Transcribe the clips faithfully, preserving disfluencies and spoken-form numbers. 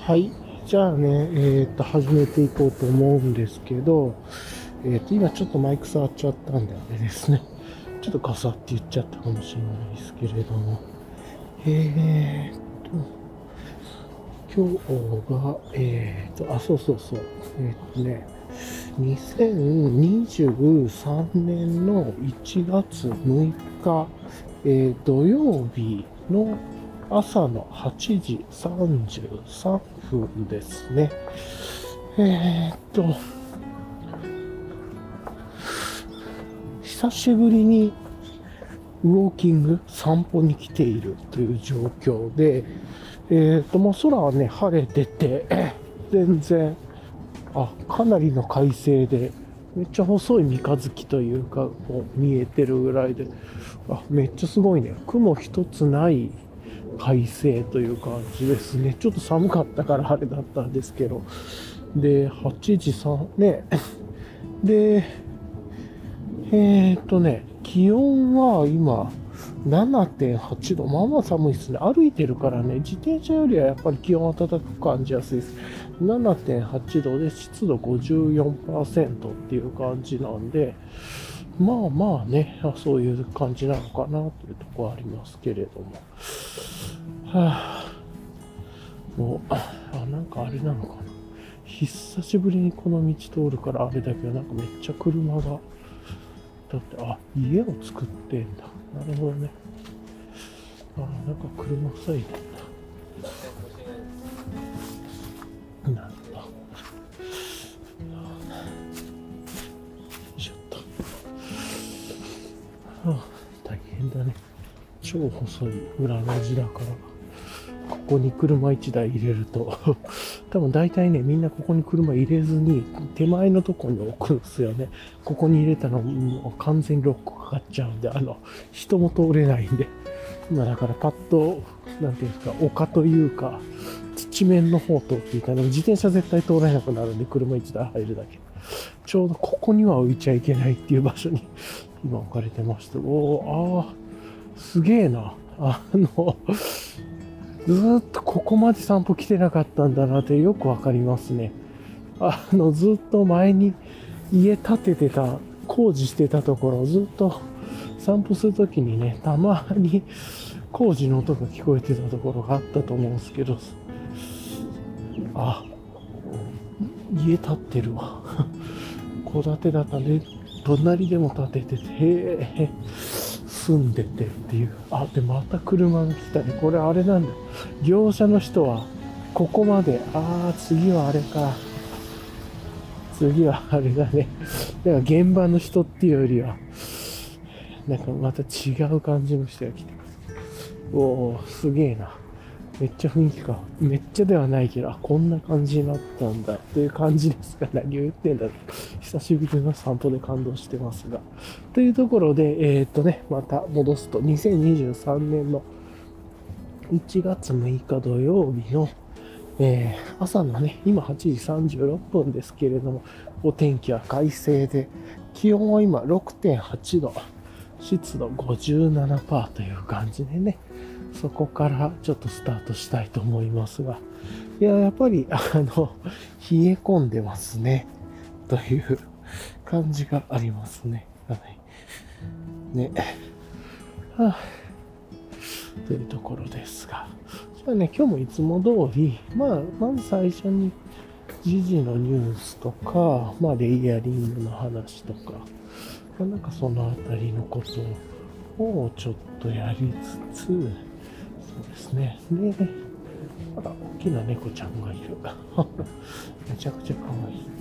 はい。じゃあね、えっと、始めていこうと思うんですけど、えっと、今ちょっとマイク触っちゃったんであれですね。ちょっとガサって言っちゃったかもしれないですけれども。えーっと、今日が、えーっと、あ、そうそうそう。えーっとね、にせんにじゅうさんねんのいちがつむいか、えー土曜日の朝のはちじさんじゅうさんぷんですね。えーっと、久しぶりにウォーキング、散歩に来ているという状況で、えーっと、もう空はね、晴れてて、全然、あ、かなりの快晴で、めっちゃ細い三日月というか、こう見えてるぐらいで、あ、めっちゃすごいね。雲一つない快晴という感じですね。ちょっと寒かったからあれだったんですけど。で、はちじさん、ね。で、えーっとね、気温は今ななてんはちど。まあまあ寒いですね。歩いてるからね、自転車よりはやっぱり気温暖かく感じやすいです。ななてんはちどで湿度ごじゅうよんパーセントっていう感じなんで、まあまあね、そういう感じなのかなというところはありますけれども。はあ、もう、あ、なんかあれなのかな。久しぶりにこの道通るからあれだけど、なんかめっちゃ車が、だって、あ、家を作ってんだ。なるほどね。あ、なんか車塞いでんだ。なんだ。よいしょっと。はあ、大変だね。超細い裏路地だから、ここに車いちだい入れると、多分大体ね、みんなここに車入れずに、手前のとこに置くんですよね。ここに入れたの、もう完全にロックかかっちゃうんで、あの、人も通れないんで、今だからパッと、なんていうんですか、丘というか、土面の方通っていたの、自転車絶対通れなくなるんで、車いちだい入るだけ。ちょうどここには浮いちゃいけないっていう場所に今置かれてました。おー、あー、すげえな。あの、ずーっとここまで散歩来てなかったんだなってよくわかりますね。あの、ずっと前に家建ててた、工事してたところ、ずっと散歩するときにね、たまに工事の音が聞こえてたところがあったと思うんですけど、あ、家建ってるわ。戸建てだったね。隣でも建ててて、へえ、住んでてっていう。あ、で、また車が来たね。これあれなんだ。業者の人は、ここまで、ああ、次はあれか。次はあれだね。だから現場の人っていうよりは、なんかまた違う感じの人が来てます。おー、すげえな。めっちゃ雰囲気か。めっちゃではないけど、あ、こんな感じになったんだっていう感じですから、何を言ってんだろう。久しぶりの散歩で感動してますが。というところで、えー、っとね、また戻すと、にせんにじゅうさんねんのいちがつむいか土曜日の、えー朝のね、今はちじさんじゅうろっぷんですけれども、お天気は快晴で、気温は今ろくてんはちど、湿度ごじゅうななパーセントという感じでね、そこからちょっとスタートしたいと思いますが、いや、やっぱり、あの、冷え込んでますね、という感じがありますね。はい。ね。はあ、というところですが。じゃあね、今日もいつも通り、まあ、まず最初に、時事のニュースとか、まあ、レイヤリングの話とか、まあ、なんかそのあたりのことをちょっとやりつつ、そうですね。で、あら、大きな猫ちゃんがいる。めちゃくちゃ可愛い。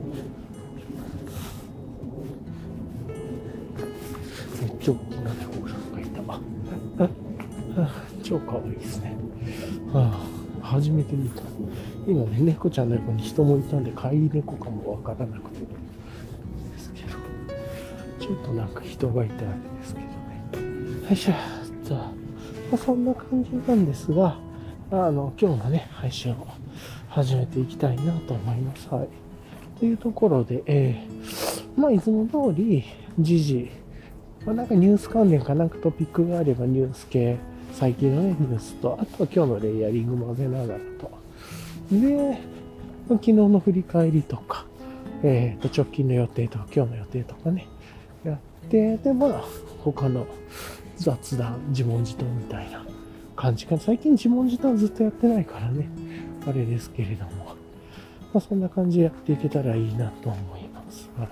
めっちゃ大きな猫ちゃんがいた。あ超可愛いですね。はあ、初めて見た。今ね、猫ちゃんの横に人もいたんで、飼い猫かもわからなくてですけど、ちょっとなんか人がいたわけですけどね。よいしょっと。まあ、そんな感じなんですが、あの、今日のね、配信を始めていきたいなと思います。はい。というところで、えー、まあ、いつも通り、時事、まあ、なんかニュース関連かなんかトピックがあればニュース系、最近のね、ニュースと、あとは今日のレイヤリング混ぜながらとで、昨日の振り返りとか、えっと、直近の予定とか、今日の予定とかね、やって、で、まあ、他の雑談、自問自答みたいな感じかな。最近自問自答ずっとやってないからね、あれですけれども、まあ、そんな感じでやっていけたらいいなと思います。はい。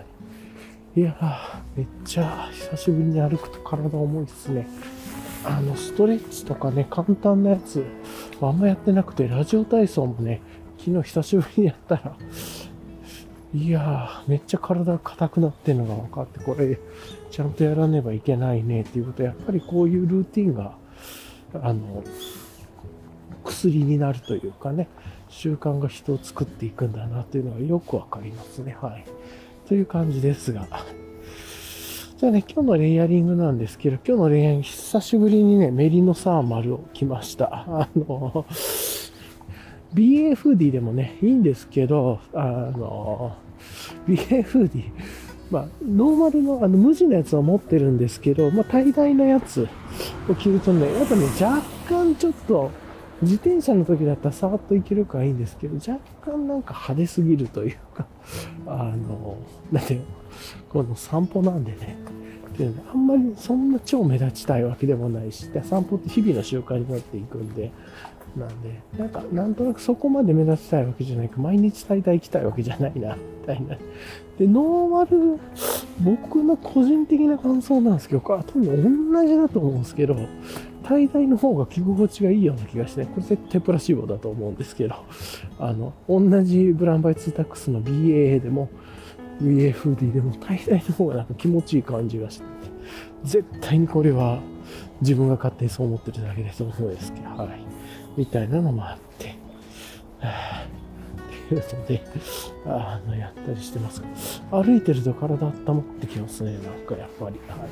いやー、めっちゃ久しぶりに歩くと体重いですね。あの、ストレッチとかね、簡単なやつ、あんまやってなくて、ラジオ体操もね、昨日久しぶりにやったら、いやー、めっちゃ体が硬くなってるのが分かって、これ、ちゃんとやらねばいけないねっていうことは、やっぱりこういうルーティンが、あの、薬になるというかね、習慣が人を作っていくんだなというのがよくわかりますね。はい。という感じですが。じゃあね、今日のレイヤリングなんですけど、今日のレイヤリング、久しぶりにね、メリノサーマルを着ました。あの、ビーエー フーディーでもね、いいんですけど、あの、ビーエー フーディー、まあ、ノーマルの、あの、無地のやつは持ってるんですけど、まあ、大概のやつを着るとね、やっぱね、若干ちょっと、自転車の時だったらさーっといけるからいいんですけど、若干なんか派手すぎるというか、あの、なんていうの、この散歩なんでね、でね、あんまりそんな超目立ちたいわけでもないし、散歩って日々の習慣になっていくんで、なんで、なんか、なんとなくそこまで目立ちたいわけじゃないか、毎日大体行きたいわけじゃないな、みたいな。で、ノーマル、僕の個人的な感想なんですけど、多分同じだと思うんですけど、大概の方が着心地がいいような気がして、これ絶対プラシーボだと思うんですけど、あの、同じブランバイツータックスの ビーエーエー でも、ビーエー フーディーでも大概の方がなんか気持ちいい感じがして、絶対にこれは自分が勝手にそう思ってるだけでと思うんですけど、はい。みたいなのもあって、はぁっていうので、あの、やったりしてます。歩いてると体温まってきますね、なんかやっぱり。はい。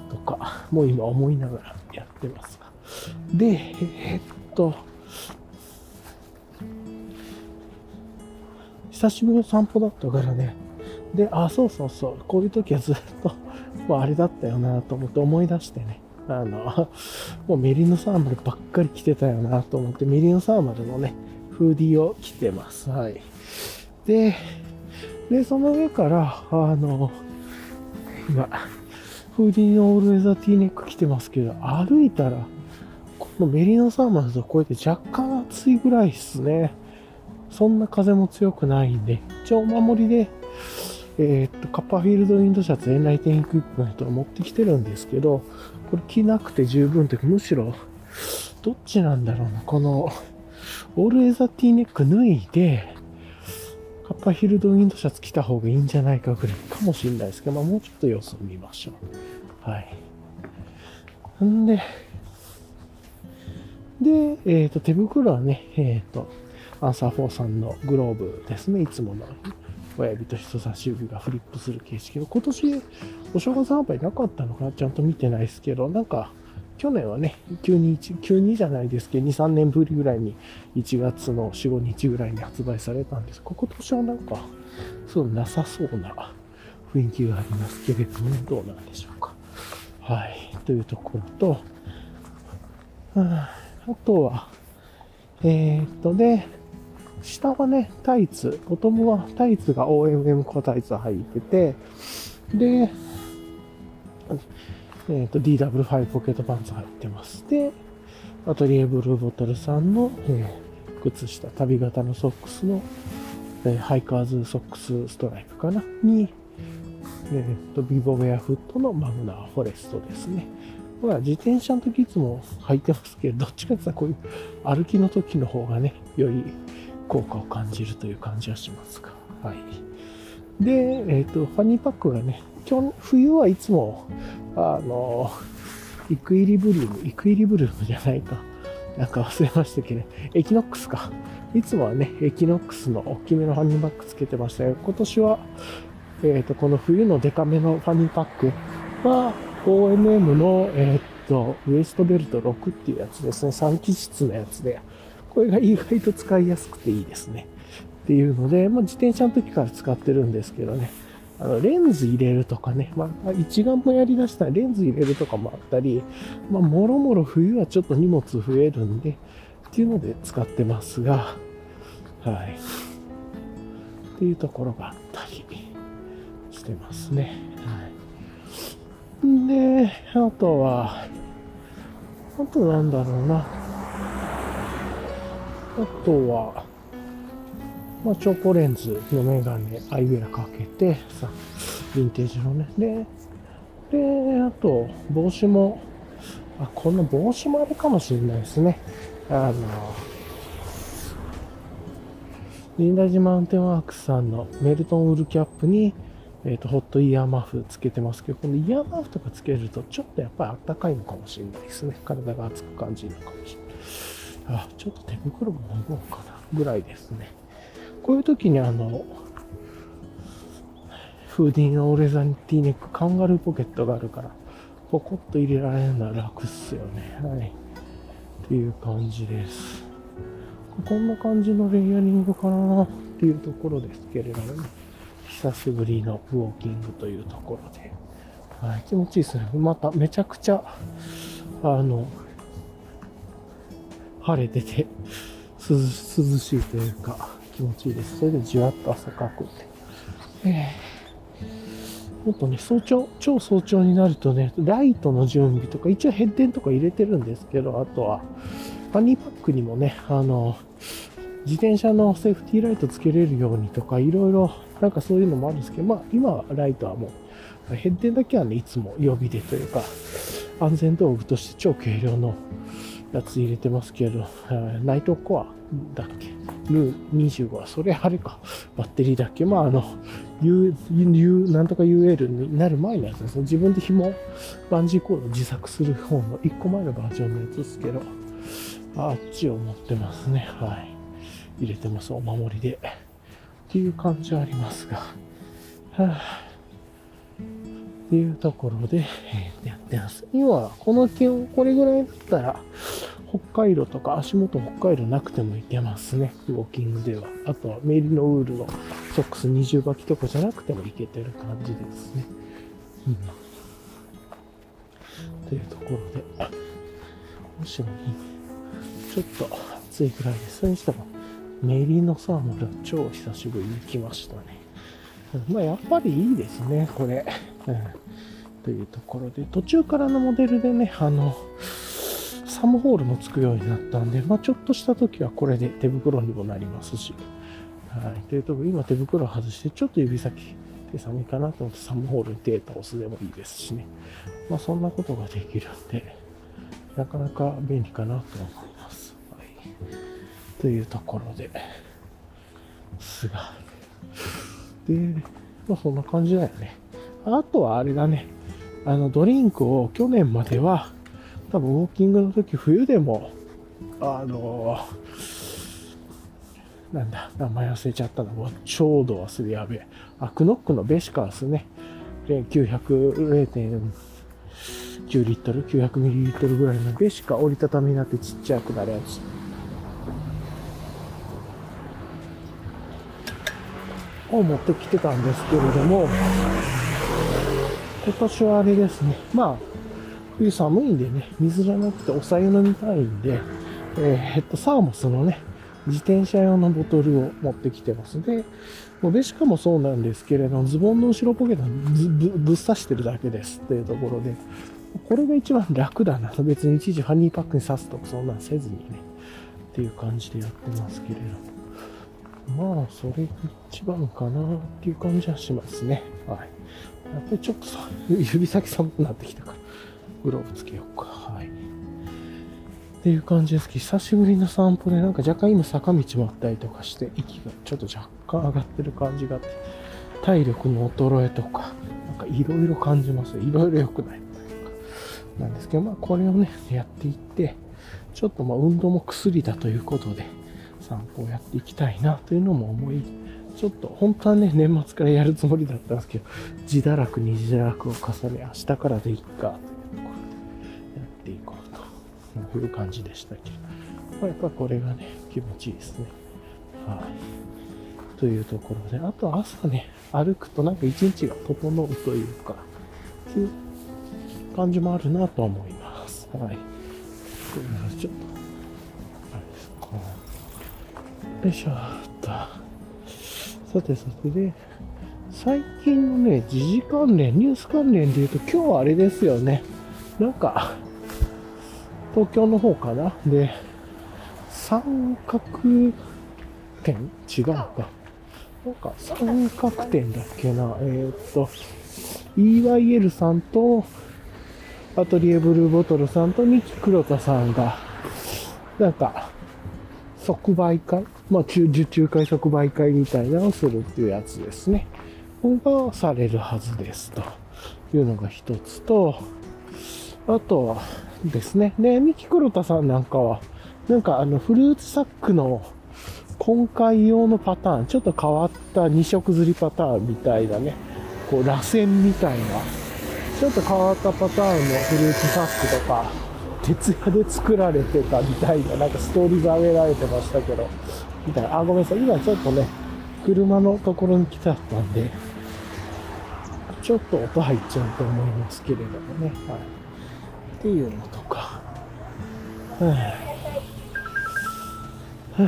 とか、もう今思いながらやってますが。で、えー、っと、久しぶりの散歩だったからね。で、あ、そうそうそう、こういう時はずっと、もうあれだったよなと思って思い出してね。あの、もうメリノサーマルばっかり着てたよなと思って、メリノサーマルのね、フーディーを着てます。はい。で、で、その上から、あの、今、フーディーのオールウェザーティーネック着てますけど、歩いたら、このメリノサーマルとこうやって若干暑いぐらいですね。そんな風も強くないんで、一応お守りで、えー、っと、カッパーフィールドウィンドシャツ、エンライテンエクイプメントを持ってきてるんですけど、これ着なくて十分というか、むしろ、どっちなんだろうな、この、オールウェザーティーネック脱いで、カッパーフィールドウィンドシャツ着た方がいいんじゃないかぐらいかもしれないですけど、まあもうちょっと様子を見ましょう。はい。んで、で、えっ、と、手袋はね、えっ、と、アンサーフォーさんのグローブですね、いつもの。親指と人差し指がフリップする形式の、今年お正月販売なかったのかな、ちゃんと見てないですけど、なんか去年はね、急に、急にじゃないですけど、に、さんねんぶりぐらいにいちがつのよん、ごにちぐらいに発売されたんです。今年はなんか、そうなさそうな雰囲気がありますけれども、どうなんでしょうか。はい。というところと、あとは、えー、っとね、下はね、タイツ、ボトムはタイツが オーエムエム コアタイツ履いてて、で、えっ、と、ディーダブリューファイブ ポケットパンツ入ってます。で、アトリエブルーボトルさんの、えー、靴下、旅型のソックスの、えー、ハイカーズソックスストライプかなに、えっ、と、ビボウェアフットのマグナーフォレストですね。これは自転車の時いつも履いてますけど、どっちかっていうとこういう歩きの時の方がね、より効果を感じるという感じはしますが。はい。で、えっ、と、ファニーパックがね、今日、冬はいつも、あの、イクイリブリウム、イクイリブリウムじゃないか。なんか忘れましたけど、ね、エキノックスか。いつもはね、エキノックスの大きめのファニーパックつけてましたよ。今年は、えっ、と、この冬のデカめのファニーパックは、オーエムエム の、えっ、と、ウエストベルトろくっていうやつですね。さん気質のやつで、これが意外と使いやすくていいですね。っていうので、まあ、自転車の時から使ってるんですけどね。あの、レンズ入れるとかね。まあ、一眼もやりだしたらレンズ入れるとかもあったり、まあ、もろもろ冬はちょっと荷物増えるんで、っていうので使ってますが、 はい。っていうところがあったりしてますね。はい。で、あとは、あとなんだろうな。あとは、まあ、チョコレンズのメガネ、アイウェアかけて、さ、ヴィンテージのね。で、で、あと、帽子も、あ、この帽子もあれかもしれないですね。あの、リンダジマウンテンワークスさんのメルトンウールキャップに、えっと、ホットイヤーマフつけてますけど、このイヤーマフとかつけると、ちょっとやっぱりあったかいのかもしれないですね。体が熱く感じるかもしれない。あ、ちょっと手袋も脱ごうかな、ぐらいですね。こういう時にあの、フーディーのオレザンティーネック、カンガルーポケットがあるから、ポコッと入れられるのは楽っすよね。はい。っていう感じです。こんな感じのレイヤリングかなっていうところですけれどもね。久しぶりのウォーキングというところで。はい、気持ちいいですね。まためちゃくちゃ、あの、晴れてて涼、涼しいというか気持ちいいです。それでじわっと汗かくんで。えー、もっとね、早朝、超早朝になるとね、ライトの準備とか、一応ヘッデンとか入れてるんですけど、あとは、ファニーパックにもね、あの、自転車のセーフティーライトつけれるようにとか、いろいろ、なんかそういうのもあるんですけど、まあ、今はライトはもう、ヘッデンだけはね、いつも予備でというか、安全道具として超軽量のやつ入れてますけど、ナイトコアだっけ ルーにじゅうご は、それあれか、バッテリーだっけまあ、あの、U、U、なんとか ユーエル になる前のやつですね。自分で紐、バンジーコード自作する方のいっこまえのバージョンのやつですけど、あっちを持ってますね。はい。入れてます、お守りで。っていう感じはありますが。はぁ、っていうところで、えー、やってます。今はこの気温、これぐらいだったら、北海道とか足元北海道なくてもいけますね。ウォーキングでは。あとはメリノウールのソックス二重履きとかじゃなくてもいけてる感じですね。うん。というところで、むしろに、ちょっと暑いくらいです。それにしても、メリノサーモルは超久しぶりに来ましたね。まあやっぱりいいですね、これ。うん、というところで、途中からのモデルでね、あの、サムホールもつくようになったんで、まあちょっとした時はこれで手袋にもなりますし。はい。というところ、今手袋外して、ちょっと指先、手寒いかなと思ってサムホールに手を押すでもいいですしね。まあそんなことができるんで、なかなか便利かなと思います。はい。というところで、すが。で、まあそんな感じだよね。あとはあれだね。あの、ドリンクを去年までは、多分ウォーキングの時冬でも、あの、なんだ、名前忘れちゃったの。ちょうど忘れやべえ。あ、クノックのベシカーですね。きゅうひゃく、れいてんきゅうリットル、きゅうひゃくミリリットルぐらいのベシカ折りたたみになってちっちゃくなるやつ。を持ってきてたんですけれども、今年はあれですね。まあ、冬寒いんでね、水じゃなくてお茶湯飲みたいんで、えー、っと、サーモスのね、自転車用のボトルを持ってきてますで、もうベシカもそうなんですけれども、ズボンの後ろポケットにぶぶっ刺してるだけですっていうところで、これが一番楽だなと。別に一時ハニーパックに刺すとかそんなんせずにね、っていう感じでやってますけれど。まあ、それが一番かなっていう感じはしますね。はい。やっぱりちょっとさ、指先寒くなってきたから、グローブつけようか。はい。っていう感じですけど、久しぶりの散歩でなんか若干今坂道もあったりとかして、息がちょっと若干上がってる感じがあって、体力の衰えとか、なんかいろいろ感じます。いろいろ良くないというか。なんですけど、まあこれをね、やっていって、ちょっとまあ運動も薬だということで、散歩をやっていきたいなというのも思い、ちょっと本当はね、年末からやるつもりだったんですけど、自堕落に自堕落を重ね、明日からでいいかというところでやっていこうと。こういう感じでしたけど、まあ、やっぱこれがね、気持ちいいですね。はい。というところで、あと朝ね、歩くとなんか一日が整うというか、そういう感じもあるなと思います。はい。ちょっと、あれですか。よいしょ。 と、さてさてで、最近のね、時事関連、ニュース関連で言うと、今日はあれですよね。なんか、東京の方かなで、三角店違うか。なんか、三角店だっけな。えー、っと、イーワイエル さんと、アトリエブルーボトルさんと三木黒田さんが、なんか、即売会、まあ、受注会即売会みたいなのをするっていうやつですね。これがされるはずですというのが一つと、あとはですね、ね、三木黒田さんなんかは、なんかあのフルーツサックの今回用のパターン、ちょっと変わったに色釣りパターンみたいなね、こう螺旋みたいな、ちょっと変わったパターンのフルーツサックとか、徹夜で作られてたみたいな、なんかストーリーが上げられてましたけど、みたいな。あ、ごめんなさい。今ちょっとね、車のところに来ちゃったんで、ちょっと音入っちゃうと思いますけれどもね。はい。っていうのとか。はぁ、はぁ、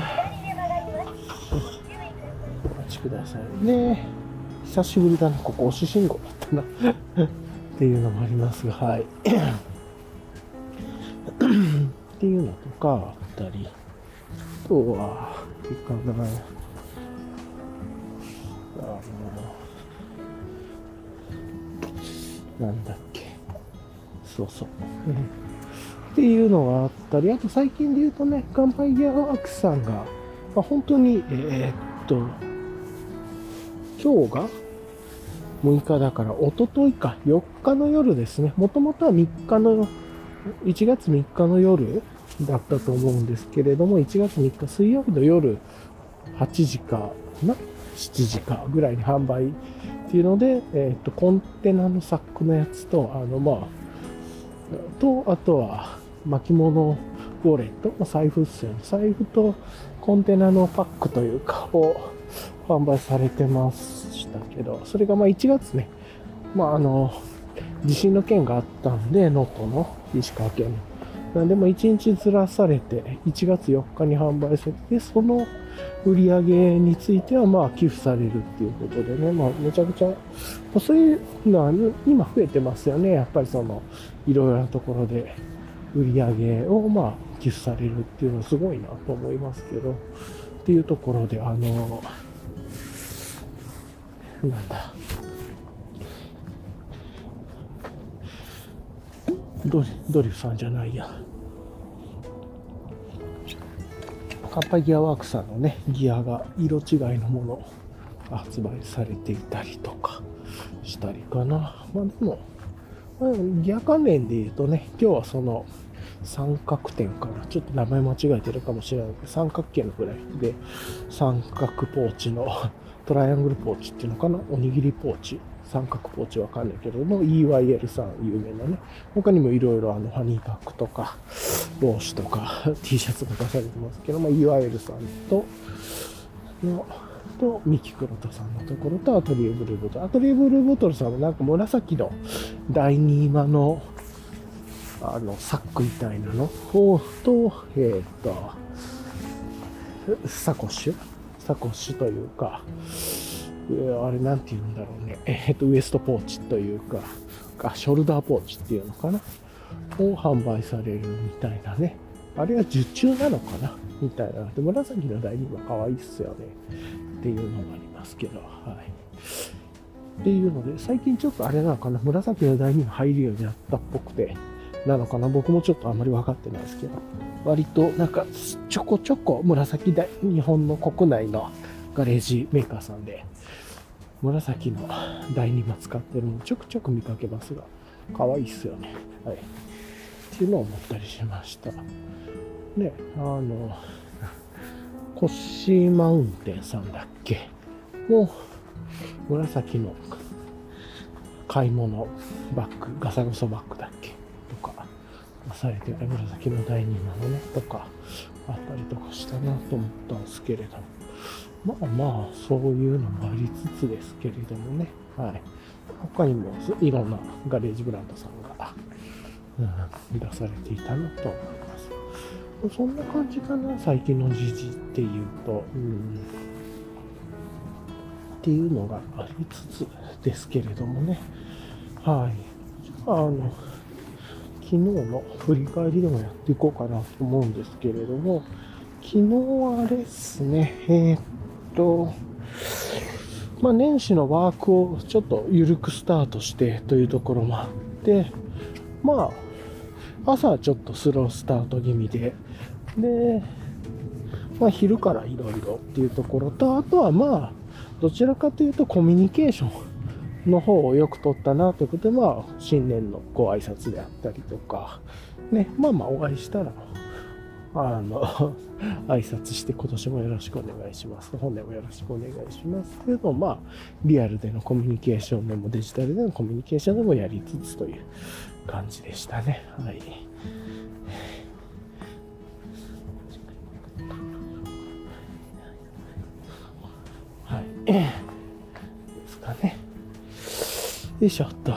お待ちくださいね。久しぶりだな。ここ押し信号だったな。っていうのもありますが、はい。っていうのとかあったり、あとは、いかな、あの、なんだっけ、そうそう。っていうのがあったり、あと最近で言うとね、乾杯ギアワークスさんが、まあ、本当に、えー、っと、今日がむいかだから、一昨日か、よっかの夜ですね。もともとはみっかの、いちがつみっかの夜だったと思うんですけれども、いちがつみっか水曜日の夜はちじかな、しちじかぐらいに販売っていうので、えっと、コンテナのサックのやつと、あの、まあ、と、あとは巻物ウォレット、財布っすよね。財布とコンテナのパックというかを販売されてましたけど、それがまあいちがつね、まああの、地震の件があったんで、能登の石川県の。なんでもいちにちずらされて、いちがつよっかに販売されて、その売り上げについてはまあ寄付されるっていうことでね、まあめちゃくちゃ、そういうのは今増えてますよね。やっぱりその、いろいろなところで売り上げをまあ寄付されるっていうのはすごいなと思いますけど、っていうところで、あの、なんだ、ドリドリフさんじゃないや。乾杯ギアワークさんのね、ギアが色違いのものが発売されていたりとかしたりかな。まあでも、まあ、ギア関連で言うとね、今日はその三角点かな。ちょっと名前間違えてるかもしれないけど、三角形のぐらいで、三角ポーチのトライアングルポーチっていうのかな。おにぎりポーチ。三角ポーチわかんないけども、イーワイエル さん有名なね。他にもいろいろあの、ハニーパックとか、帽子とか、T シャツが出されてますけど、まあ、イーワイエル さんと、の、と、三木黒田さんのところと、アトリエブルーボトル。アトリエブルーボトルさんはなんか紫の第二間の、あの、サックみたいなのを、と、えっと、サコッシュサコッシュというか、あれなんて言うんだろうね。えっと、ウエストポーチというか、あ、ショルダーポーチっていうのかなを販売されるみたいなね。あれは受注なのかなみたいな。で、紫の第二は可愛いっすよね。っていうのがありますけど、はい。っていうので、最近ちょっとあれなのかな紫の第二が入るようになったっぽくて、なのかな僕もちょっとあんまり分かってないですけど、割となんかちょこちょこ紫大、日本の国内のガレージメーカーさんで、紫の第二も使ってるのをちょくちょく見かけますが、可愛いっすよね。はい。っていうのを思ったりしました。ね、あの、コッシーマウンテンさんだっけもう、紫の買い物バッグ、ガサゴソバッグだっけとか、出されてた紫の第二なのね、とか、あったりとかしたなと思ったんですけれども。まあまあ、そういうのもありつつですけれどもね。はい。他にもいろんなガレージブランドさんが、うん、出されていたなと思います。そんな感じかな、最近の時事っていうと。うん、 っていうのがありつつですけれどもね。はい。あの、昨日の振り返りでもやっていこうかなと思うんですけれども、昨日はですね、えー、っと、まあ年始のワークをちょっと緩くスタートしてというところもあって、まあ、朝はちょっとスロースタート気味で、で、まあ昼からいろいろっていうところと、あとはまあ、どちらかというとコミュニケーションの方をよく取ったなということで、まあ、新年のご挨拶であったりとか、ね、まあまあお会いしたら、あの、挨拶して今年もよろしくお願いします。本年もよろしくお願いしますけど、まあ、リアルでのコミュニケーションでもデジタルでのコミュニケーションでもやりつつという感じでしたね。はい。はい。ですかね。よいしょっと。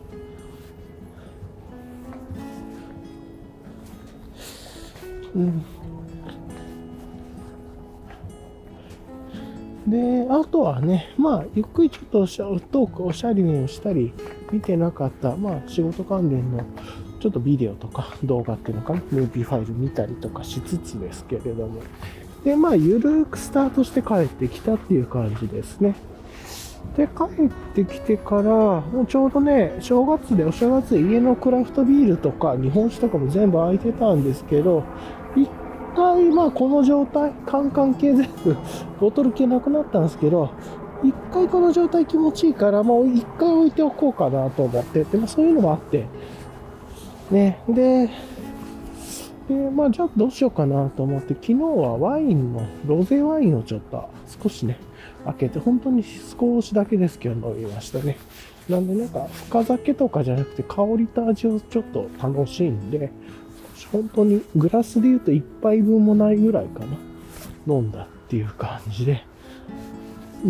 うん。で、あとはね、まあ、ゆっくりちょっとトーク、おしゃれをしたり、見てなかった、まあ、仕事関連のちょっとビデオとか動画っていうのかな、ムービーファイル見たりとかしつつですけれども。で、まあ、ゆるーくスタートして帰ってきたっていう感じですね。で、帰ってきてから、もうちょうどね、正月で、お正月で家のクラフトビールとか日本酒とかも全部空いてたんですけど、一回、まあこの状態、カンカン系全部、ボトル系なくなったんですけど、一回この状態気持ちいいから、もう一回置いておこうかなと思って、でもそういうのもあって、ね、で、で、まあじゃあどうしようかなと思って、昨日はワインの、ロゼワインをちょっと少しね、開けて、本当に少しだけですけど飲みましたね。なんでなんか深酒とかじゃなくて香りと味をちょっと楽しんで、本当にグラスで言うと一杯分もないぐらいかな。飲んだっていう感じで。うん、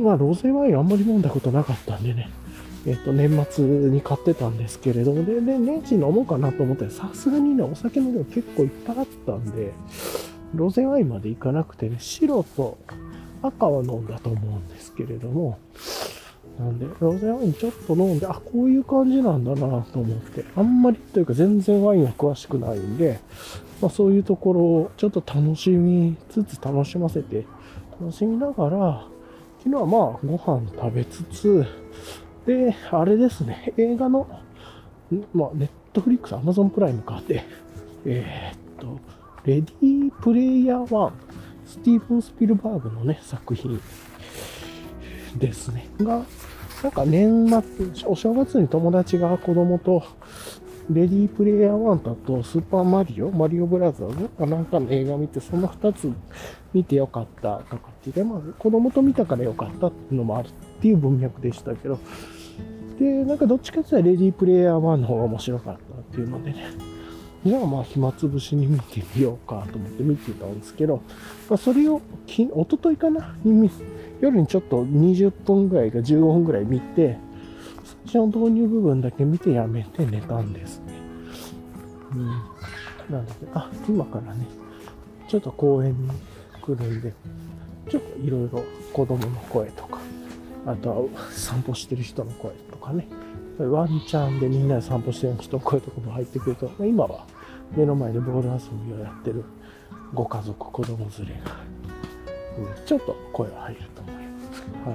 まあロゼワインあんまり飲んだことなかったんでね。えっと、年末に買ってたんですけれども、で、で年始飲もうかなと思ったら、さすがにね、お酒の量結構いっぱいあったんで、ロゼワインまでいかなくてね、白と赤は飲んだと思うんですけれども、なんで、ロゼワインちょっと飲んで、あ、こういう感じなんだなと思って、あんまりというか全然ワインは詳しくないんで、まあそういうところをちょっと楽しみつつ楽しませて、楽しみながら、昨日はまあご飯食べつつ、で、あれですね、映画の、まあネットフリックス、アマゾンプライムかで、えー、っと、レディープレイヤーワン、スティーブン・スピルバーグのね、作品ですね。が、なんか年末、お正月に友達が子供と、レディープレイヤーワンとあと、スーパーマリオ、マリオブラザーズかなんかの映画を見て、その二つ見てよかったとかって言って、まあ、子供と見たからよかったっていうのもあるっていう文脈でしたけど、で、なんかどっちかって言ったらレディープレイヤーワンの方が面白かったっていうのでね、じゃあまあ暇つぶしに見てみようかと思って見てたんですけど、まあ、それをき、一昨日かなに夜にちょっとにじゅっぷんぐらいかじゅうごふんぐらい見て、最初の導入部分だけ見てやめて寝たんですね。うん。なんだけど、あ、今からね、ちょっと公園に来るんで、ちょっといろいろ子供の声とか、あとは散歩してる人の声とかね、ワンチャンでみんなで散歩してる人の声とかも入ってくると、今は目の前でボール遊びをやってるご家族、子供連れが、ちょっと声は入ると思います。はい。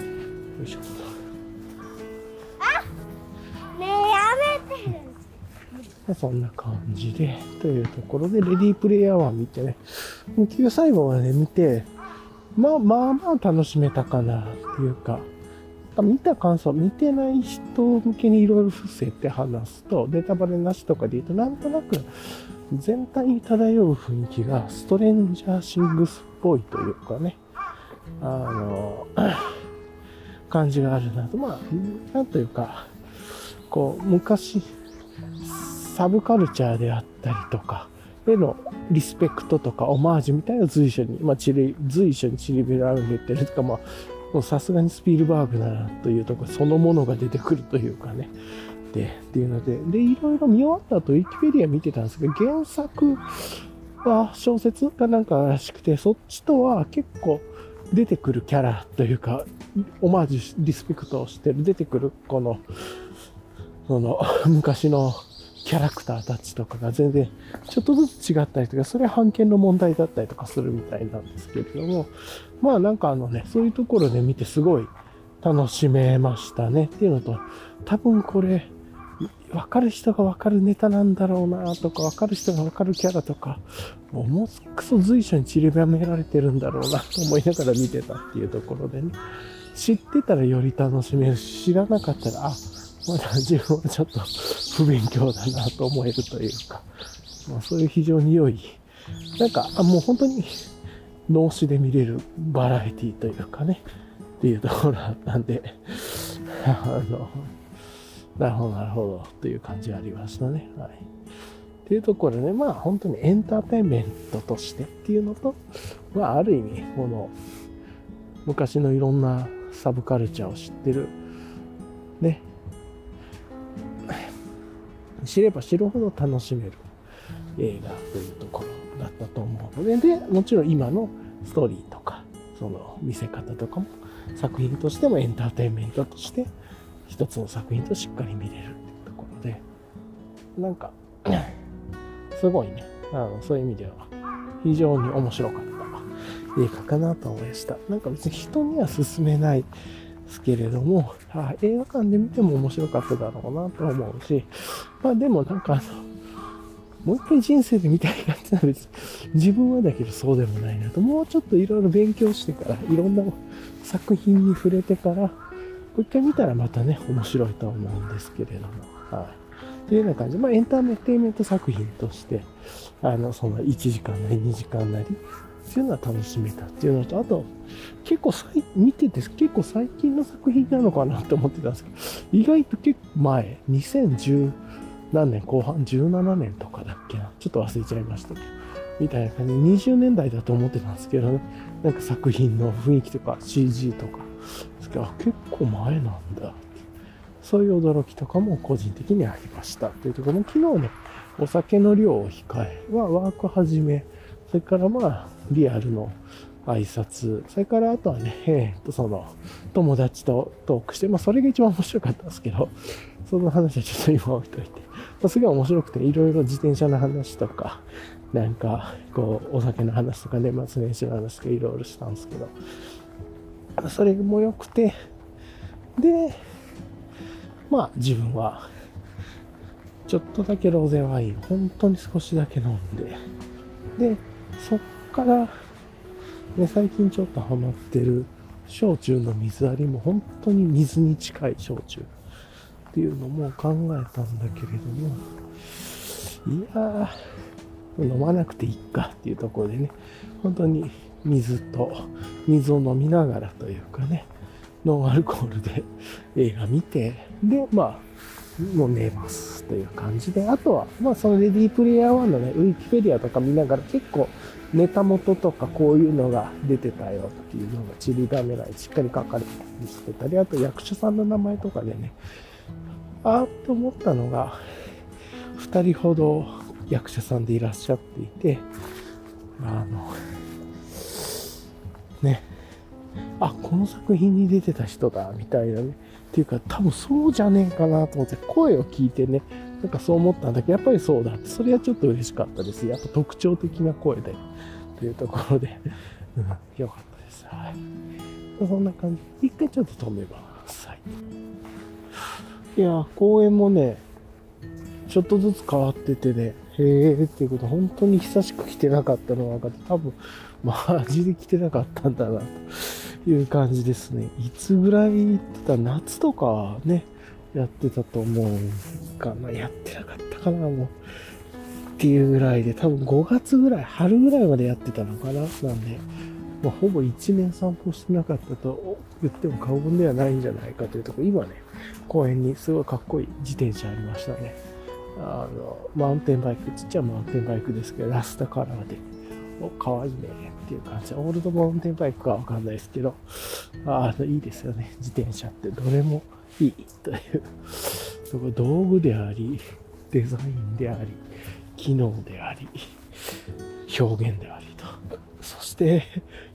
よいしょ。 あ、ねえ、やめてる。 そんな感じで、というところで、レディープレイヤーワン見てね、きゅう最後まで見て、まあまあまあ楽しめたかなっていうか、見た感想、見てない人向けにいろいろ伏せて話すと、ネタバレなしとかで言うと、なんとなく全体に漂う雰囲気がストレンジャーシングスっぽいというかね、あの、感じがあるなと。まあ、なんというか、こう、昔、サブカルチャーであったりとか、へのリスペクトとかオマージュみたいなのを随所に、まあ、ちり随所に散りびらげてるとか、まあ、もうさすがにスピルバーグだなというところそのものが出てくるというかね。で、っていうので、で、いろいろ見終わった後、ウィキペディア見てたんですけど、原作は小説かなんからしくて、そっちとは結構出てくるキャラというか、 オマージュ、リスペクトをしてる、出てくる、この、その、昔のキャラクターたちとかが全然、ちょっとずつ違ったりとか、それは版権の問題だったりとかするみたいなんですけれども、まあなんかあのね、そういうところで見てすごい楽しめましたねっていうのと、多分これ、わかる人がわかるネタなんだろうなとか、わかる人がわかるキャラとか、もうくそ随所に散りばめられてるんだろうなと思いながら見てたっていうところでね、知ってたらより楽しめるし、知らなかったら、あ、まだ自分はちょっと不勉強だなと思えるというか、まあ、そういう非常に良い、なんか、あ、もう本当に脳死で見れるバラエティというかね、っていうところだったんで、あの、なるほど、なるほど、という感じがありましたね。はい。っていうところでね、まあ本当にエンターテインメントとしてっていうのと、まあある意味、この、昔のいろんなサブカルチャーを知ってる、ね、知れば知るほど楽しめる映画というところだったと思うので、で、もちろん今のストーリーとか、その見せ方とかも作品としてもエンターテインメントとして一つの作品としっかり見れるっていうところで、なんか、すごいね、あのそういう意味では非常に面白かった映画かなと思いました。なんか別に人には勧めないですけれども、あ、映画館で見ても面白かっただろうなと思うし、まあでもなんかあの、もう一回人生で見たいかってのは別に自分はだけどそうでもないなと、もうちょっといろいろ勉強してから、いろんな作品に触れてから、もう一回見たらまたね、面白いと思うんですけれども、はい。というような感じで、まあエンターテインメント作品として、あの、そのいちじかんなりにじかんなり、っていうのは楽しめたっていうのと、あと、結構さい見てて結構最近の作品なのかなって思ってたんですけど、意外と結構前、にせんじゅう何年、後半じゅうななねんとかだっけな、ちょっと忘れちゃいましたけど、みたいな感じでにじゅうねんだいだと思ってたんですけどね、なんか作品の雰囲気とか シージー とかですけど、あ、結構前なんだ、そういう驚きとかも個人的にありましたというところも、昨日ね、お酒の量を控えはワーク始め、それからまあリアルの挨拶、それからあとはね、えー、とその友達とトークして、まあそれが一番面白かったんですけど、その話はちょっと今置いといて、まあ、すごい面白くて、いろいろ自転車の話とか、なんかこうお酒の話とか年末年始の話とかいろいろしたんですけど、それも良くて、で、まあ自分はちょっとだけロゼワイン、本当に少しだけ飲んで、で、そっから、ね、最近ちょっとハマってる焼酎の水割りも本当に水に近い焼酎っていうのも考えたんだけれども、いやー、飲まなくていいかっていうところでね、本当に水と、水を飲みながらというかね、ノンアルコールで映画見て、で、まあ、もう寝ますという感じで、あとは、まあそのレディープレイヤーワンのね、ウィキペディアとか見ながら結構ネタ元とかこういうのが出てたよっていうのが散りばめないしっかり書かれたりしてたり、あと役者さんの名前とかでね、あーっと思ったのが、二人ほど役者さんでいらっしゃっていて、あの、ね、あ、この作品に出てた人だ、みたいなね。っていうか、多分そうじゃねえかなと思って、声を聞いてね、なんかそう思ったんだけど、やっぱりそうだって、それはちょっと嬉しかったです。やっぱ特徴的な声で、というところで、うん、よかったです。はい。そんな感じ。一回ちょっと止めます。はい。いや、公演もね、ちょっとずつ変わっててね、へーっていうこと、本当に久しく来てなかったのが分かって、多分、マジで来てなかったんだな、という感じですね。いつぐらい行ってた？夏とかね、やってたと思うかな。やってなかったかな、もう。っていうぐらいで、多分ごがつぐらい、春ぐらいまでやってたのかな。なんで、まあ、ほぼいちねん散歩してなかったと言っても過言ではないんじゃないかというところ、今ね、公園にすごいかっこいい自転車ありましたね。あの、マウンテンバイク、ちっちゃいマウンテンバイクですけど、ラストカラーで、お、かわいいねっていう感じで、オールドマウンテンバイクかわかんないですけど、あの、いいですよね。自転車ってどれもいいという、そこ道具であり、デザインであり、機能であり、表現でありと。そして、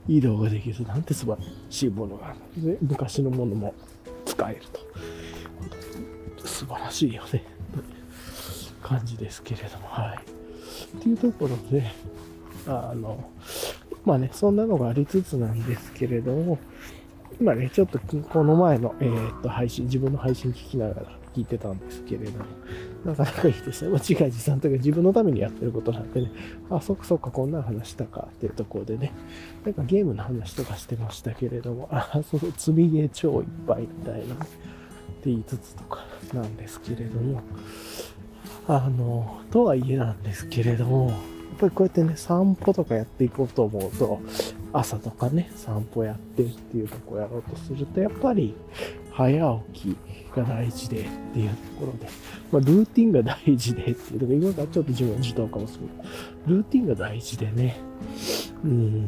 移動ができるなんて素晴らしいものがあるので、昔のものも使えると。素晴らしいよね。という感じですけれども、はい。っていうところで、あの、まあね、そんなのがありつつなんですけれども、今ね、ちょっとこの前の、えー、っと、配信、自分の配信聞きながら聞いてたんですけれども、なかなかいいですね。まあ、自画自賛というか自分のためにやってることなんでね、あ、そっかそっか、こんな話したかっていうところでね、なんかゲームの話とかしてましたけれども、あ、そうそう、積みゲー超いっぱいみたいな、って言いつつとかなんですけれども、あの、とはいえなんですけれども、やっぱりこうやってね、散歩とかやっていこうと思うと、朝とかね、散歩やってっていうとこやろうとすると、やっぱり早起きが大事でっていうところで、まあ、ルーティンが大事でっていうのが、今からちょっと自分は自動かもしれない。ルーティンが大事でね、うん。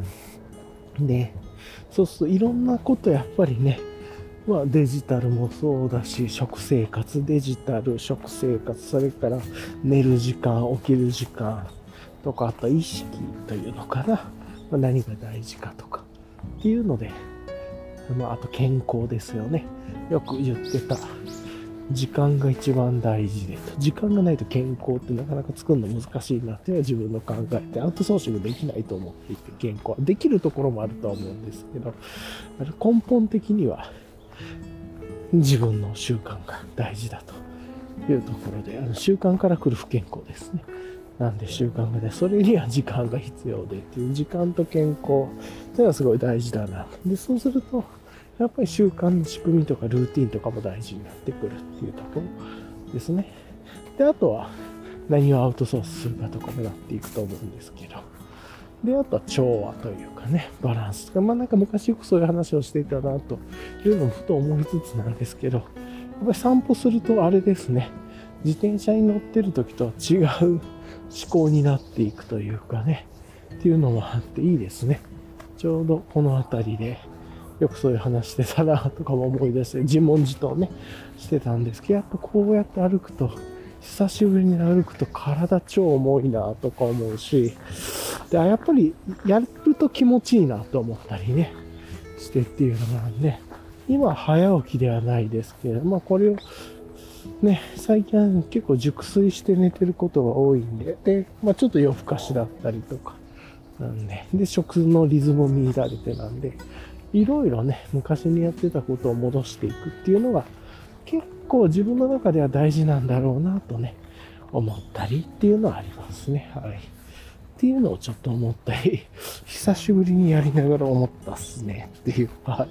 で、そうするといろんなことやっぱりね、まあデジタルもそうだし、食生活、デジタル、食生活、それから寝る時間、起きる時間とか、あと意識というのかな。まあ、何が大事かとかっていうので、まああと健康ですよね。よく言ってた。時間が一番大事でと。時間がないと健康ってなかなか作るの難しいなっていうのは自分の考えて、アウトソーシングできないと思っていて、健康はできるところもあるとは思うんですけど、根本的には自分の習慣が大事だというところで、あの習慣から来る不健康ですね。なんで習慣がね、それには時間が必要でっていう時間と健康っていうのはすごい大事だな。で、そうすると、やっぱり習慣の仕組みとかルーティンとかも大事になってくるっていうところですね。で、あとは何をアウトソースするかとかもなっていくと思うんですけど。で、あとは調和というかね、バランスとか、まあなんか昔よくそういう話をしていたなというのもふと思いつつなんですけど、やっぱり散歩するとあれですね、自転車に乗ってる時とは違う思考になっていくというかね、っていうのもあっていいですね。ちょうどこの辺りで、よくそういう話してたなとかも思い出して、自問自答ね、してたんですけど、やっぱこうやって歩くと、久しぶりに歩くと体超重いなとか思うし、で、やっぱりやると気持ちいいなと思ったりね、してっていうのがね、今早起きではないですけど、まあこれをね、最近は結構熟睡して寝てることが多いんで、で、まあちょっと夜更かしだったりとか、なんで、で、食のリズムも乱れてなんで、いろいろね、昔にやってたことを戻していくっていうのが、結構自分の中では大事なんだろうなとね、思ったりっていうのはありますね。はい。っていうのをちょっと思ったり、久しぶりにやりながら思ったっすねっていう、はい、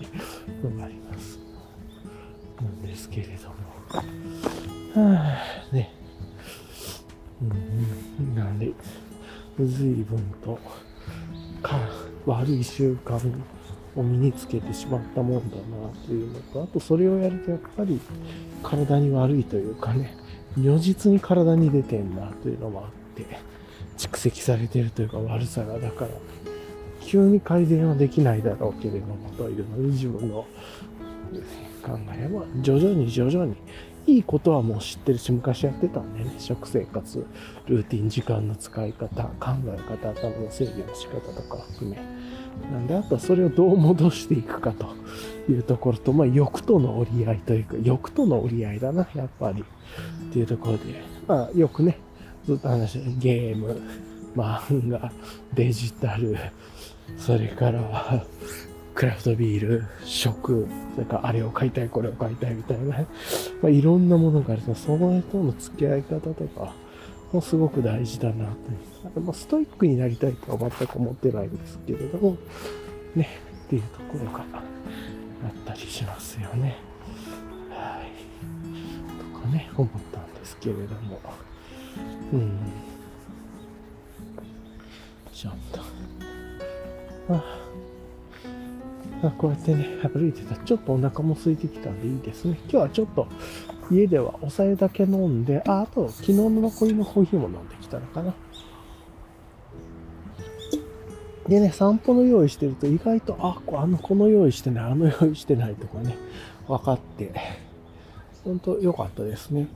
のがあります。なんですけれども。はぁ、ね。うん、なんで、随分と、か、悪い習慣を身につけてしまったもんだなというのと、あとそれをやるとやっぱり体に悪いというかね、如実に体に出てんなというのもあって、蓄積されているというか悪さが、だから、急に改善はできないだろうけれども、というので自分の考えは徐々に徐々に、いいことはもう知ってるし、昔やってたんでね、食生活、ルーティン、時間の使い方、考え方、頭の整理の仕方とか含め、なんで、あとはそれをどう戻していくかというところと、まあ、欲との折り合いというか、欲との折り合いだな、やっぱり。っていうところで、まあ、よくね、ずっと話してゲーム、漫画、デジタル、それからは、クラフトビール、食、それからあれを買いたい、これを買いたいみたいな、まあ、いろんなものがあると、その人の付き合い方とかもすごく大事だなと。まあ、ストイックになりたいとは全く思ってないんですけれども、ね、っていうところがあったりしますよね。はい。とかね、思ったんですけれども。うん。ちょっと。ああこうやってね、歩いてたらちょっとお腹も空いてきたんでいいですね。今日はちょっと家ではお酒だけ飲んで、あ、あと昨日の残りのコーヒーも飲んできたのかな。でね、散歩の用意してると意外と、あ、あの、この用意してない、あの用意してないとかね、分かって、ほんと良かったですね。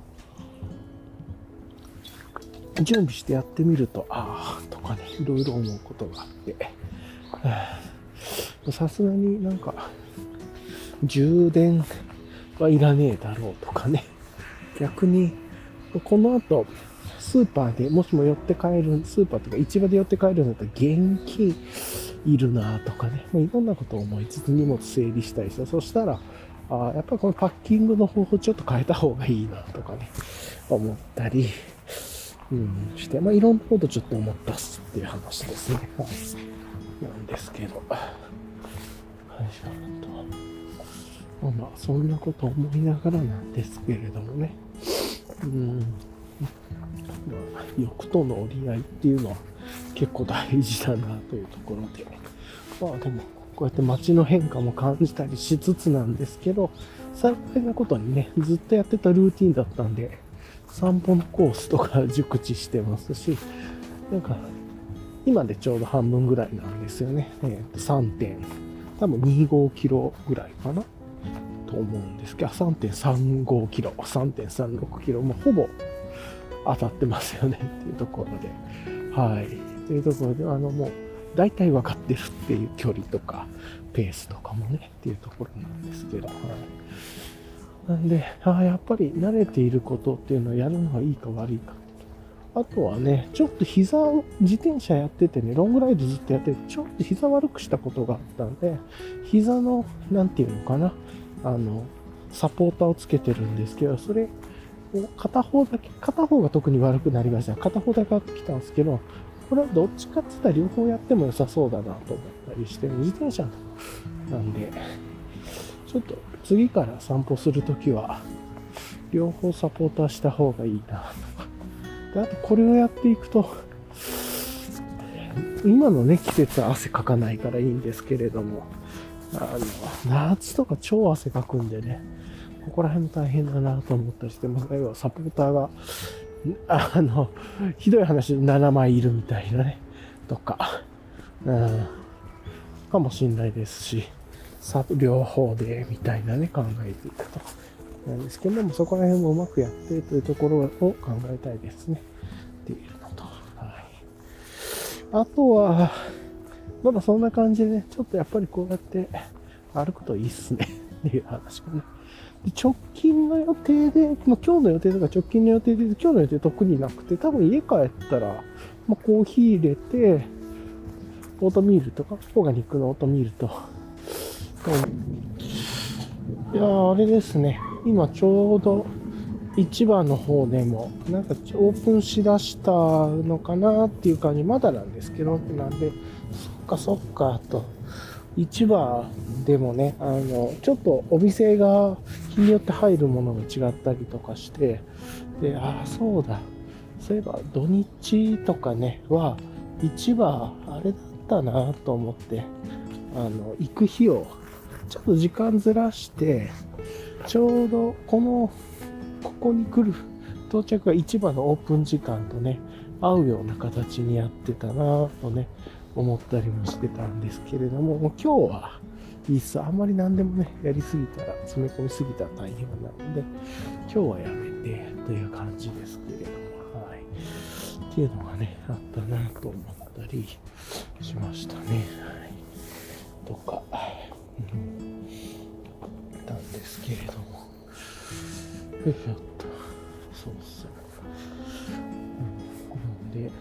準備してやってみると、ああ、とかね、いろいろ思うことがあって、はあさすがになんか、充電はいらねえだろうとかね。逆に、この後、スーパーでもしも寄って帰る、スーパーとか市場で寄って帰るんだったら現金いるなとかね。まあ、いろんなことを思いつつ荷物整理したりした。そしたら、あやっぱりこのパッキングの方法ちょっと変えた方がいいなとかね、思ったり、うん、して、まあ、いろんなことちょっと思ったっすっていう話ですね。はい。なんですけど。はい、しょと。まあまあ、そんなこと思いながらなんですけれどもね。うん。まあ、欲との折り合いっていうのは結構大事だなというところで。まあでも、こうやって街の変化も感じたりしつつなんですけど、幸いなことにね、ずっとやってたルーティンだったんで、散歩のコースとか熟知してますし、なんか、今でちょうど半分ぐらいなんですよね。えー、とさんてん、多分にじゅうごキロぐらいかなと思うんですけど、さんてんさんごキロ、さんてんさんろくキロ、もうほぼ当たってますよねっていうところで、はい。というところで、あのもう、大体分かってるっていう距離とか、ペースとかもね、っていうところなんですけど、はい。なんで、あやっぱり慣れていることっていうのをやるのがいいか悪いか。あとはね、ちょっと膝を、自転車やっててね、ロングライドずっとやってて、ちょっと膝悪くしたことがあったんで、膝の、なんていうのかな、あの、サポーターをつけてるんですけど、それを片方だけ、片方が特に悪くなりました。片方だけ来たんですけど、これはどっちかって言ったら両方やっても良さそうだなと思ったりして、自転車なんで、ちょっと次から散歩するときは、両方サポーターした方がいいなとか。で、あとこれをやっていくと、今のね、季節は汗かかないからいいんですけれども、あの、夏とか超汗かくんでね、ここら辺も大変だなと思ったりして、まあ、要はサポーターが、あの、ひどい話でななまいいるみたいなね、とか、うん、かもしんないですし、さ両方で、みたいなね、考えていくと。なんですけども、そこら辺もうまくやってというところを考えたいですね。っていうのと。はい。あとは、まだそんな感じでね、ちょっとやっぱりこうやって歩くといいっすね。っていう話もね。直近の予定で、まあ、今日の予定とか直近の予定で、今日の予定特になくて、多分家帰ったら、まあ、コーヒー入れて、オートミールとか、オーガニックのオートミールと、いやー、あれですね。今ちょうど市場の方でも、なんかオープンしだしたのかなっていう感じ、まだなんですけど、なんで、そっかそっかと。市場でもね、あの、ちょっとお店が日によって入るものが違ったりとかして、で、ああ、そうだ。そういえば土日とかね、は、市場、あれだったなと思って、あの、行く日を、ちょっと時間ずらして、ちょうどこの、ここに来る到着が市場のオープン時間とね、合うような形にやってたなぁとね、思ったりもしてたんですけれども、もう今日はいいっす。あんまり何でもね、やりすぎたら、詰め込みすぎたら大変なので、今日はやめてという感じですけれども、はい。っていうのがね、あったなと思ったりしましたね。はい。とか、うん、なんですけれども。よいしょっと。そうそう。うん、なんで、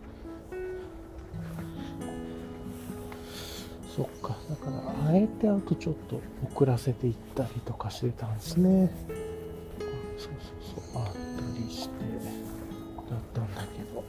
そっか。だから、あえてあとちょっと遅らせていったりとかしてたんですね。そうそうそう。あったりして、だったんだけど。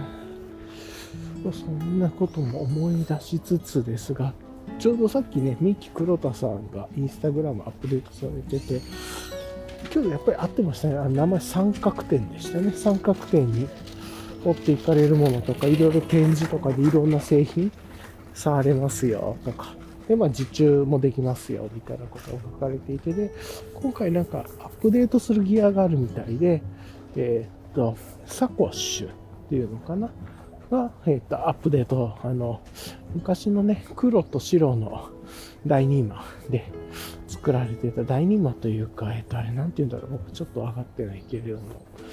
そんなことも思い出しつつですが、ちょうどさっきね、ミキ黒田さんがインスタグラムアップデートされてて、今日やっぱり合ってましたね。あの名前三角点でしたね。三角点に持っていかれるものとか、いろいろ展示とかでいろんな製品触れますよとか。で、まあ受注もできますよみたいなことが書かれていて、で、今回なんかアップデートするギアがあるみたいで、えー、っと、サコッシュっていうのかなが、えー、っと、アップデート、あの、昔のね、黒と白のだいにまで作られてただいにまというか、えっと、あれなんて言うんだろう、僕ちょっと上がってないけれども、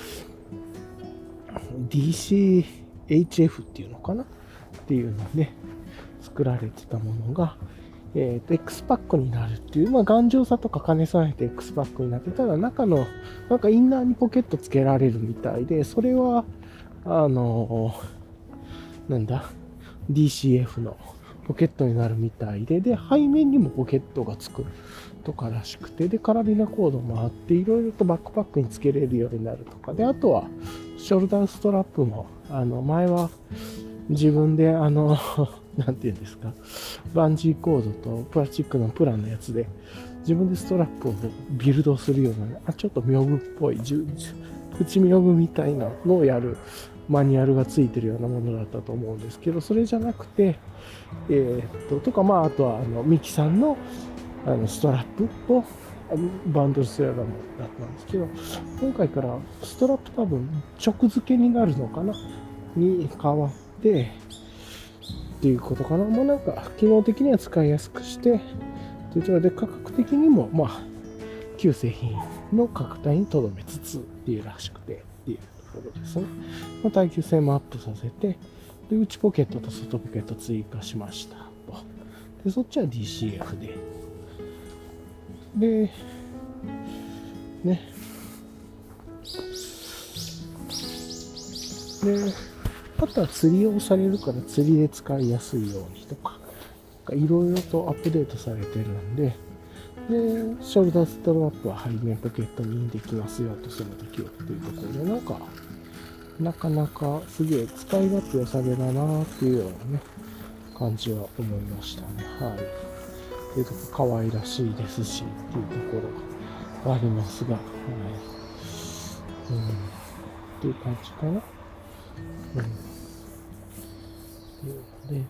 ディーシーエイチエフ っていうのかなっていうので、作られてたものが、 えっと、X パックになるっていう、まあ、頑丈さとか兼ね備えて X パックになって、ただ中の、なんかインナーにポケットつけられるみたいで、それは、あの、なんだ、ディーシーエフ のポケットになるみたいで、で、背面にもポケットがつくとからしくて、で、カラビナコードもあって、いろいろとバックパックにつけれるようになるとか、で、あとは、ショルダーストラップも、あの、前は自分で、あの、なんていうんですか、バンジーコードとプラスチックのプランのやつで、自分でストラップをビルドするような、あちょっと妙具っぽい、プチ妙具みたいなのをやるマニュアルがついてるようなものだったと思うんですけど、それじゃなくて、えー、っと、とか、まあ、あとは、あの、ミキさんの、あの、ストラップをバンドルすればもだったんですけど、今回からストラップ多分直付けになるのかなに変わって、っていうことかな。もうなんか、機能的には使いやすくして、というところで価格的にも、まあ、旧製品の価格帯にとどめつつっていうらしくて、っていうところですね。まあ、耐久性もアップさせて、で、内ポケットと外ポケット追加しましたと。で、そっちは ディーシーエフ で。で、ね。で、あとは釣りをされるから釣りで使いやすいようにとか、いろいろとアップデートされてるんで、で、ショルダーストラップは背面ポケットにインできますよと、その時はっていうところで、なんか、なかなかすげえ使い勝手良さげだなっていうようなね、感じは思いましたね。はい。っていうところ可愛らしいですし、っていうところがありますが、はい。うん。っていう感じかな。うん。で、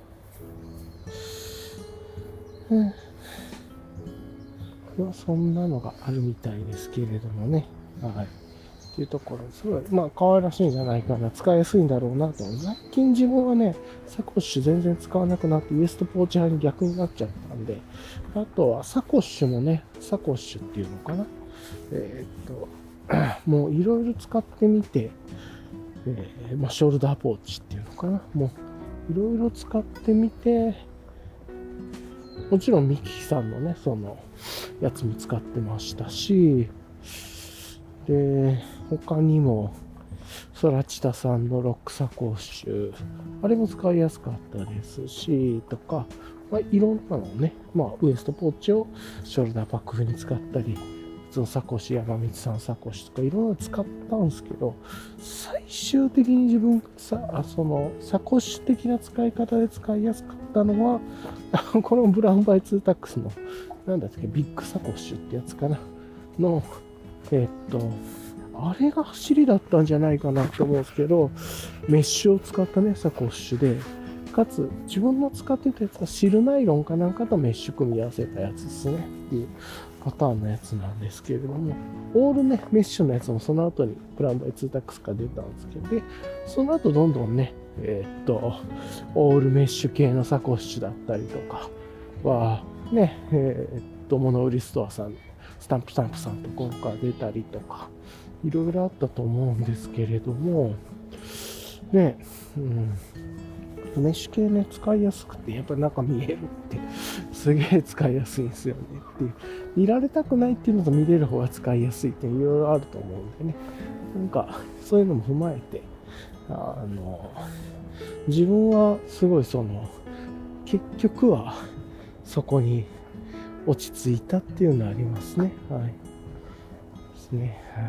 うん。まあ、そんなのがあるみたいですけれどもね。はい。っていうところですごい、まあ、可愛らしいんじゃないかな。使いやすいんだろうなと。最近自分はね、サコッシュ全然使わなくなって、ウエストポーチ派に逆になっちゃったんで、あとはサコッシュもね、サコッシュっていうのかな。えー、っと、もういろいろ使ってみて、えー、まあ、ショルダーポーチっていうのかな。もういろいろ使ってみて、もちろんミキさんのね、そのやつも使ってましたし、で、他にも、ソラチタさんのロックサコッシュ、あれも使いやすかったですし、とか、まあ、いろんなのをね、まあ、ウエストポーチをショルダーパック風に使ったり、普通のサコッシュ、山道さんサコッシュとかいろんなの使ったんですけど、最終的に自分さ、そのサコッシュ的な使い方で使いやすかったのは、このブラウンバイツータックスの、なんだっけ、ビッグサコッシュってやつかな、の、えー、っと、あれが走りだったんじゃないかなと思うんですけど、メッシュを使ったね、サコッシュで、かつ、自分の使ってたやつはシルナイロンかなんかとメッシュ組み合わせたやつですね。っていうパターンのやつなんですけれども、オールね、メッシュのやつもその後にブラウンバイツータックスから出たんですけど、で、その後どんどんね、えー、っと、オールメッシュ系のサコッシュだったりとかは、ね、えー、っと、モノウリストアさん、スタンプスタンプさんところから出たりとか、いろいろあったと思うんですけれども、ね、うん、メッシュ系ね、使いやすくて、やっぱ中見えるって、すげえ使いやすいんですよねっていう。見られたくないっていうのと見れる方が使いやすいっていろいろあると思うんでね。なんか、そういうのも踏まえて、あの、自分はすごいその、結局はそこに落ち着いたっていうのはありますね。はい。ですね。はい。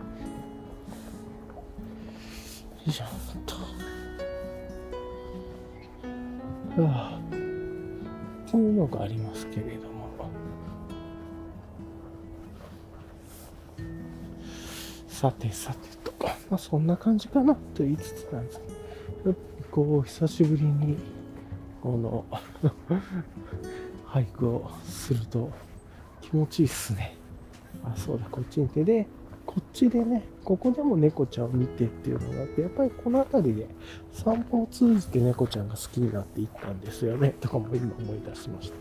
よいしょっと。はあ、っていうのがありますけれども。さてさてと。まあそんな感じかなと言いつつなんですけど、こう、久しぶりに、この、俳句をすると気持ちいいっすね。あ、そうだ、こっちに手で、こっちでね、ここでも猫ちゃんを見てっていうのがあって、やっぱりこの辺りで散歩を通じて猫ちゃんが好きになっていったんですよね、とかも今思い出しました。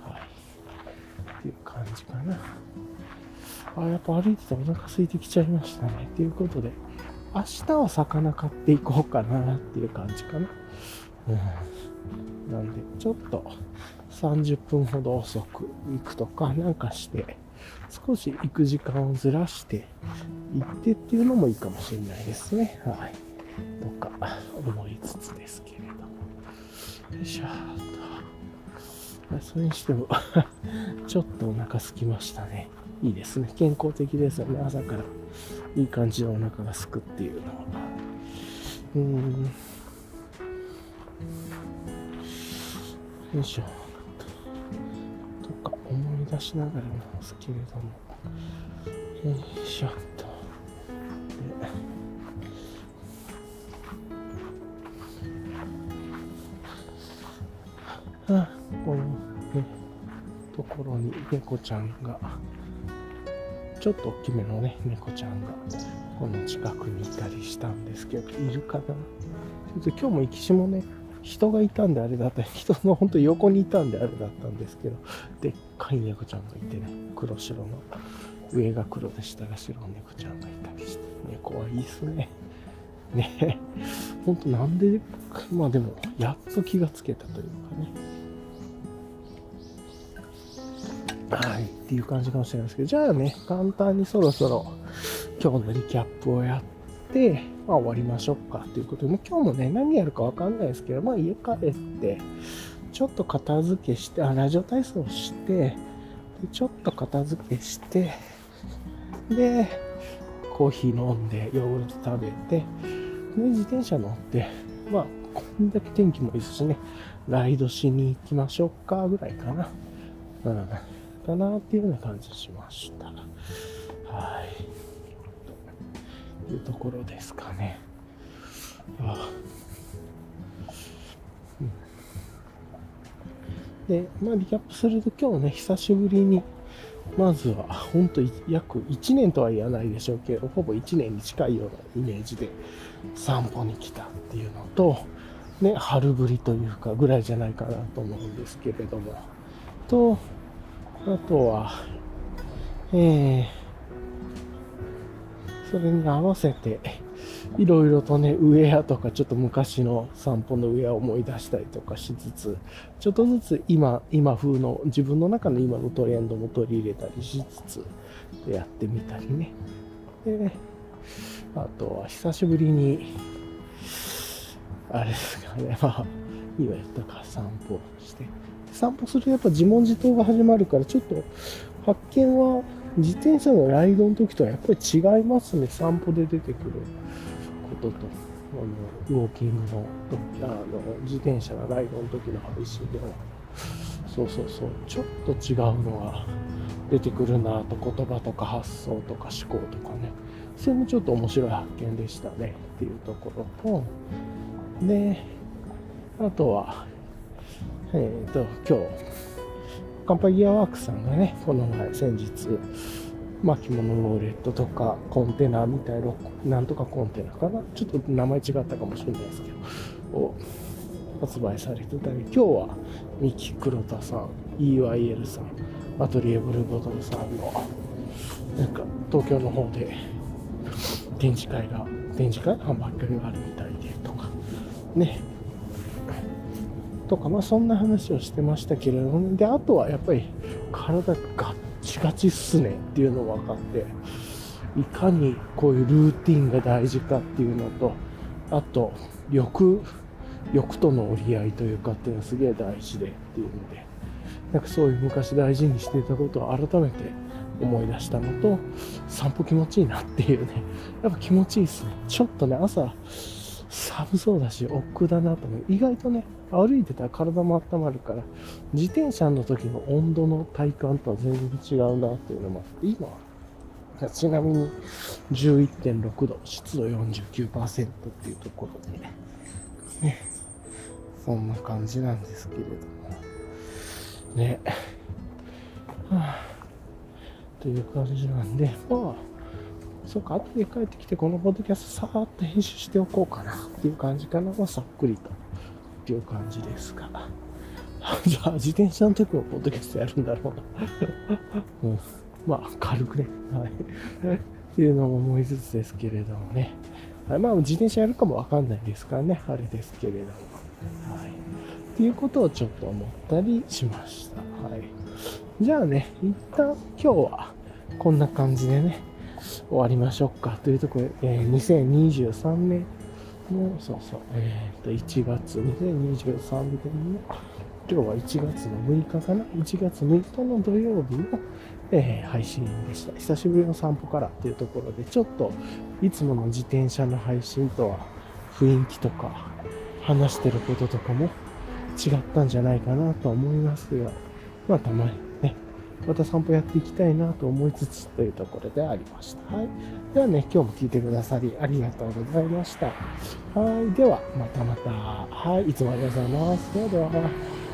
はい。っていう感じかな。あ、やっぱ歩いててお腹空いてきちゃいましたね。ということで、明日は魚買っていこうかなっていう感じかな。うん。 なんで、ちょっとさんじゅっぷんほど遅く行くとかなんかして、少し行く時間をずらして行ってっていうのもいいかもしれないですね。はい。とか思いつつですけれども。よいしょーと。それにしても、ちょっとお腹空きましたね。いいですね。健康的ですよね。朝からいい感じのお腹が空くっていうのは。うーん。よいしょ。とか思い出しながらなんですけれども。よいしょっと。ではあ、このね、ところに猫ちゃんが、ちょっと大きめのね、猫ちゃんが、この近くにいたりしたんですけど、いるかな。ちょっと今日も行きしもね、人がいたんであれだった、人の本当横にいたんであれだったんですけど、でっかい猫ちゃんがいてね、黒白の、上が黒で下が白の猫ちゃんがいたりして、猫はいいっすね。ね、本当なんで、まあでも、やっと気がつけたというかね。はい、っていう感じかもしれないですけど、じゃあね、簡単にそろそろ今日のリキャップをやって、まあ終わりましょうかということで、もう今日もね、何やるかわかんないですけど、まあ家帰って、ちょっと片付けして、あ、ラジオ体操して、でちょっと片付けして、で、コーヒー飲んで、ヨーグルト食べて、で、自転車乗って、まあ、こんだけ天気もいいですしね、ライドしに行きましょうか、ぐらいかな。うん。かなっていうような感じしました。はい。というところですかね。ああうん、で、まあ、リキャップすると今日ね、久しぶりに、まずは、ほんと約いちねんとは言わないでしょうけど、ほぼいちねんに近いようなイメージで散歩に来たっていうのと、ね、春ぶりというかぐらいじゃないかなと思うんですけれども、と、あとは、えー、それに合わせて、いろいろとね、ウェアとかちょっと昔の散歩のウェアを思い出したりとかしつつ、ちょっとずつ今、今風の、自分の中の今のトレンドも取り入れたりしつつ、やってみたりね。で、あとは久しぶりに、あれですかね、まあ、今言ったか散歩して。散歩するとやっぱ自問自答が始まるから、ちょっと発見は自転車のライドの時とはやっぱり違いますね。散歩で出てくることと、あのウォーキングの時、あの自転車のライドの時の配信では、そうそうそう、ちょっと違うのが出てくるなと、言葉とか発想とか思考とかね、それもちょっと面白い発見でしたねっていうところと、で、あとは、えっと、今日、カンパギアワークさんがね、この前、先日、巻物ウォレットとか、コンテナみたいな、なんとかコンテナかな、ちょっと名前違ったかもしれないですけど、を発売されてたり、今日は、三木黒田さん、イーワイエル さん、アトリエブルーボトルさんの、なんか、東京の方で、展示会が、展示会販売会があるみたいで、とか、ね、とか、まあそんな話をしてましたけれども、で、あとはやっぱり体がガッチガチっすねっていうのも分かって、いかにこういうルーティンが大事かっていうのと、あと、欲、欲との折り合いというかっていうのはすげえ大事でっていうので、なんかそういう昔大事にしていたことを改めて思い出したのと、散歩気持ちいいなっていうね、やっぱ気持ちいいっすね。ちょっとね、朝、寒そうだし、億劫だなと思う。意外とね、歩いてたら体も温まるから、自転車の時の温度の体感とは全然違うなっていうのもあって、今は、ちなみに じゅういってんろく 度、湿度 よんじゅうきゅうパーセント っていうところで、ね、そんな感じなんですけれども、ね、はぁ、という感じなんで、まあ、そうか、後で帰ってきてこのポッドキャストさーっと編集しておこうかなっていう感じかな。まあ、さっくりとっていう感じですが。じゃあ、自転車の時もポッドキャストやるんだろうな。うん、まあ、軽くね。はい。っていうのも思いつつですけれどもね。はい、まあ、自転車やるかもわかんないですからね。あれですけれども。はい。 っていうことをちょっと思ったりしました。はい。じゃあね、一旦今日はこんな感じでね、終わりましょうかというところで、えー、にせんにじゅうさんねんの、そうそう、えっと、いちがつ、にせんにじゅうさんねんの、今日はいちがつのむいかかな ?いち 月むいかの土曜日の、えー、配信でした。久しぶりの散歩からっていうところで、ちょっといつもの自転車の配信とは雰囲気とか話してることとかも違ったんじゃないかなと思いますが、まあたまにね、また散歩やっていきたいなと思いつつというところでありました。はい。ではね、今日も聞いてくださりありがとうございました。はい。では、またまた。はい。いつもありがとうございます。ではでは。